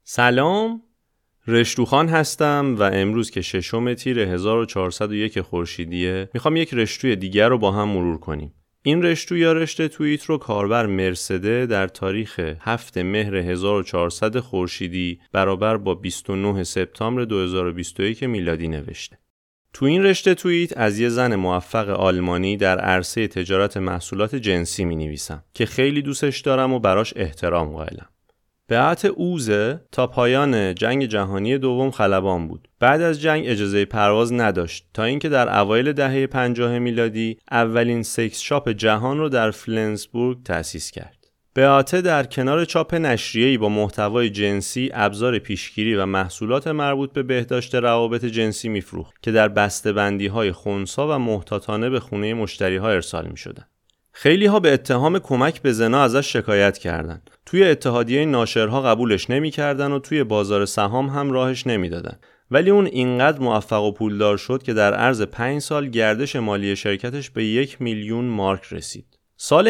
سلام، رشتوخان هستم و امروز که 6 تیر 1401 خورشیدیه میخوام یک رشتوی دیگر رو با هم مرور کنیم. این رشتو یا رشته توییت رو کاربر مرسده در تاریخ 7 مهر 1400 خورشیدی برابر با 29 سپتامبر 2021 میلادی نوشته. تو این رشته توییت از یه زن موفق آلمانی در عرصه تجارت محصولات جنسی می‌نویسم که خیلی دوستش دارم و براش احترام قائلم. بیعت اوزه تا پایان جنگ جهانی دوم خلبان بود. بعد از جنگ اجازه پرواز نداشت تا اینکه در اوایل دهه 50 میلادی اولین سکس شاپ جهان رو در فلنسبورگ تأسیس کرد. بیعت در کنار چاپ نشریه‌ای با محتوای جنسی، ابزار پیشگیری و محصولات مربوط به بهداشت روابط جنسی میفروخت که در بسته‌بندی‌های خنثی و محتاطانه به خونه مشتری‌ها ارسال می‌شدند. خیلی ها به اتهام کمک به زنا ازش شکایت کردن. توی اتحادیه ناشرها قبولش نمی‌کردن و توی بازار سهام هم راهش نمیدادن. ولی اون اینقدر موفق و پولدار شد که در عرض 5 سال گردش مالی شرکتش به 1 میلیون مارک رسید. سال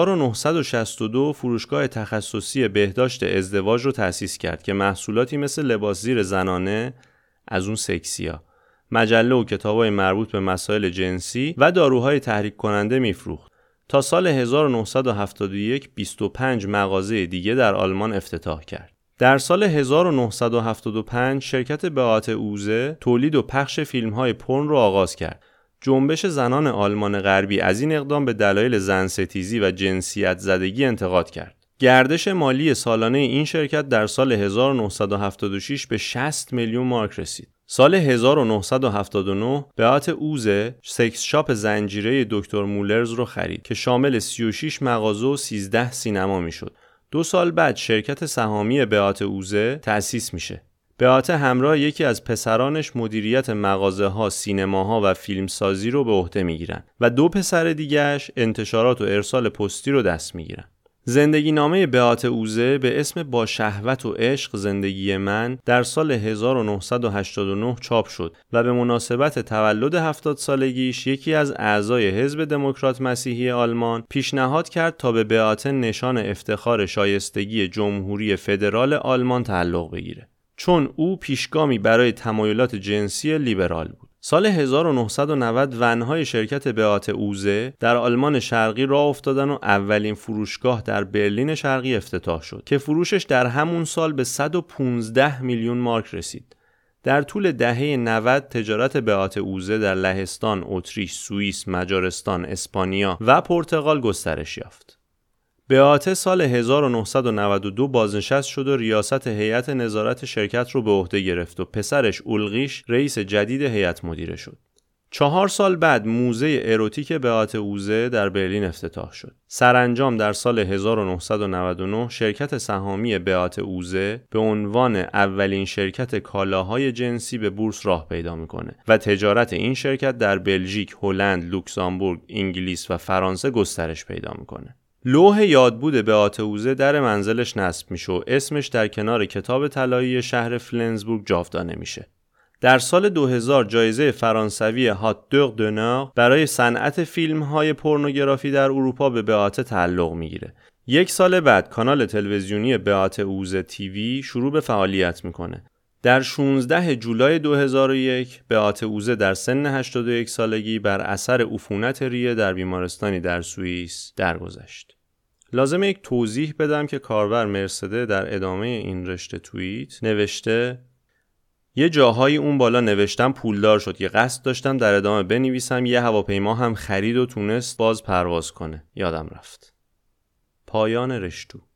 1962 فروشگاه تخصصی بهداشت ازدواج رو تأسیس کرد که محصولاتی مثل لباس زیر زنانه، از اون سکسیا، مجله و کتابای مربوط به مسائل جنسی و داروهای تحریک کننده میفروخت. تا سال 1971 25 مغازه دیگه در آلمان افتتاح کرد. در سال 1975 شرکت بیعت اوزه تولید و پخش فیلم‌های پورن رو آغاز کرد. جنبش زنان آلمان غربی از این اقدام به دلایل زنستیزی و جنسیت زدگی انتقاد کرد. گردش مالی سالانه این شرکت در سال 1976 به 60 میلیون مارک رسید. سال 1979 بیعت اوزه سکس شاپ زنجیره دکتر مولرز رو خرید که شامل 36 مغازه و 13 سینما میشد. 2 سال بعد شرکت سهامی بیعت اوزه تأسیس میشه. بیعت همراه یکی از پسرانش مدیریت مغازه‌ها، سینماها و فیلمسازی رو به عهده میگیرن و 2 پسر دیگه‌اش انتشارات و ارسال پستی رو دست میگیرن. زندگی نامه بیعت اوزه به اسم با شهوت و عشق زندگی من در سال 1989 چاپ شد و به مناسبت تولد 70 سالگیش یکی از اعضای حزب دموکرات مسیحی آلمان پیشنهاد کرد تا به بیعت نشان افتخار شایستگی جمهوری فدرال آلمان تعلق بگیره، چون او پیشگامی برای تمایلات جنسی لیبرال بود. سال 1990 ونهای شرکت بیعت اوزه در آلمان شرقی راه افتادن و اولین فروشگاه در برلین شرقی افتتاح شد که فروشش در همون سال به 115 میلیون مارک رسید. در طول دهه 90 تجارت بیعت اوزه در لهستان، اتریش، سوئیس، مجارستان، اسپانیا و پرتغال گسترش یافت. بیعت سال 1992 بازنشست شد و ریاست هیئت نظارت شرکت رو به عهده گرفت و پسرش اولغیش رئیس جدید هیئت مدیره شد. 4 سال بعد موزه اروتیک بیعت اوزه در برلین افتتاح شد. سرانجام در سال 1999 شرکت سهامی بیعت اوزه به عنوان اولین شرکت کالاهای جنسی به بورس راه پیدا میکنه و تجارت این شرکت در بلژیک، هلند، لوکزامبورگ، انگلیس و فرانسه گسترش پیدا میکنه. لوح یادبود بیعت اوزه در منزلش نصب میشه و اسمش در کنار کتاب طلایی شهر فلنسبورگ جاودانه میشه. در سال 2000 جایزه فرانسوی هات دور دونور برای صنعت فیلم‌های پورنوگرافی در اروپا به بیعت تعلق میگیره. 1 سال بعد کانال تلویزیونی بیعت اوزه تیوی شروع به فعالیت میکنه. در 16 جولای 2001 بیعت اوزه در سن 81 سالگی بر اثر عفونت ریه در بیمارستانی در سوئیس درگذشت. لازمه یک توضیح بدم که کاربر مرسده در ادامه این رشته توییت نوشته یه جاهایی اون بالا نوشتم پولدار شد که قصد داشتم در ادامه بنویسم یه هواپیما هم خرید و تونست باز پرواز کنه. یادم رفت. پایان رشتو.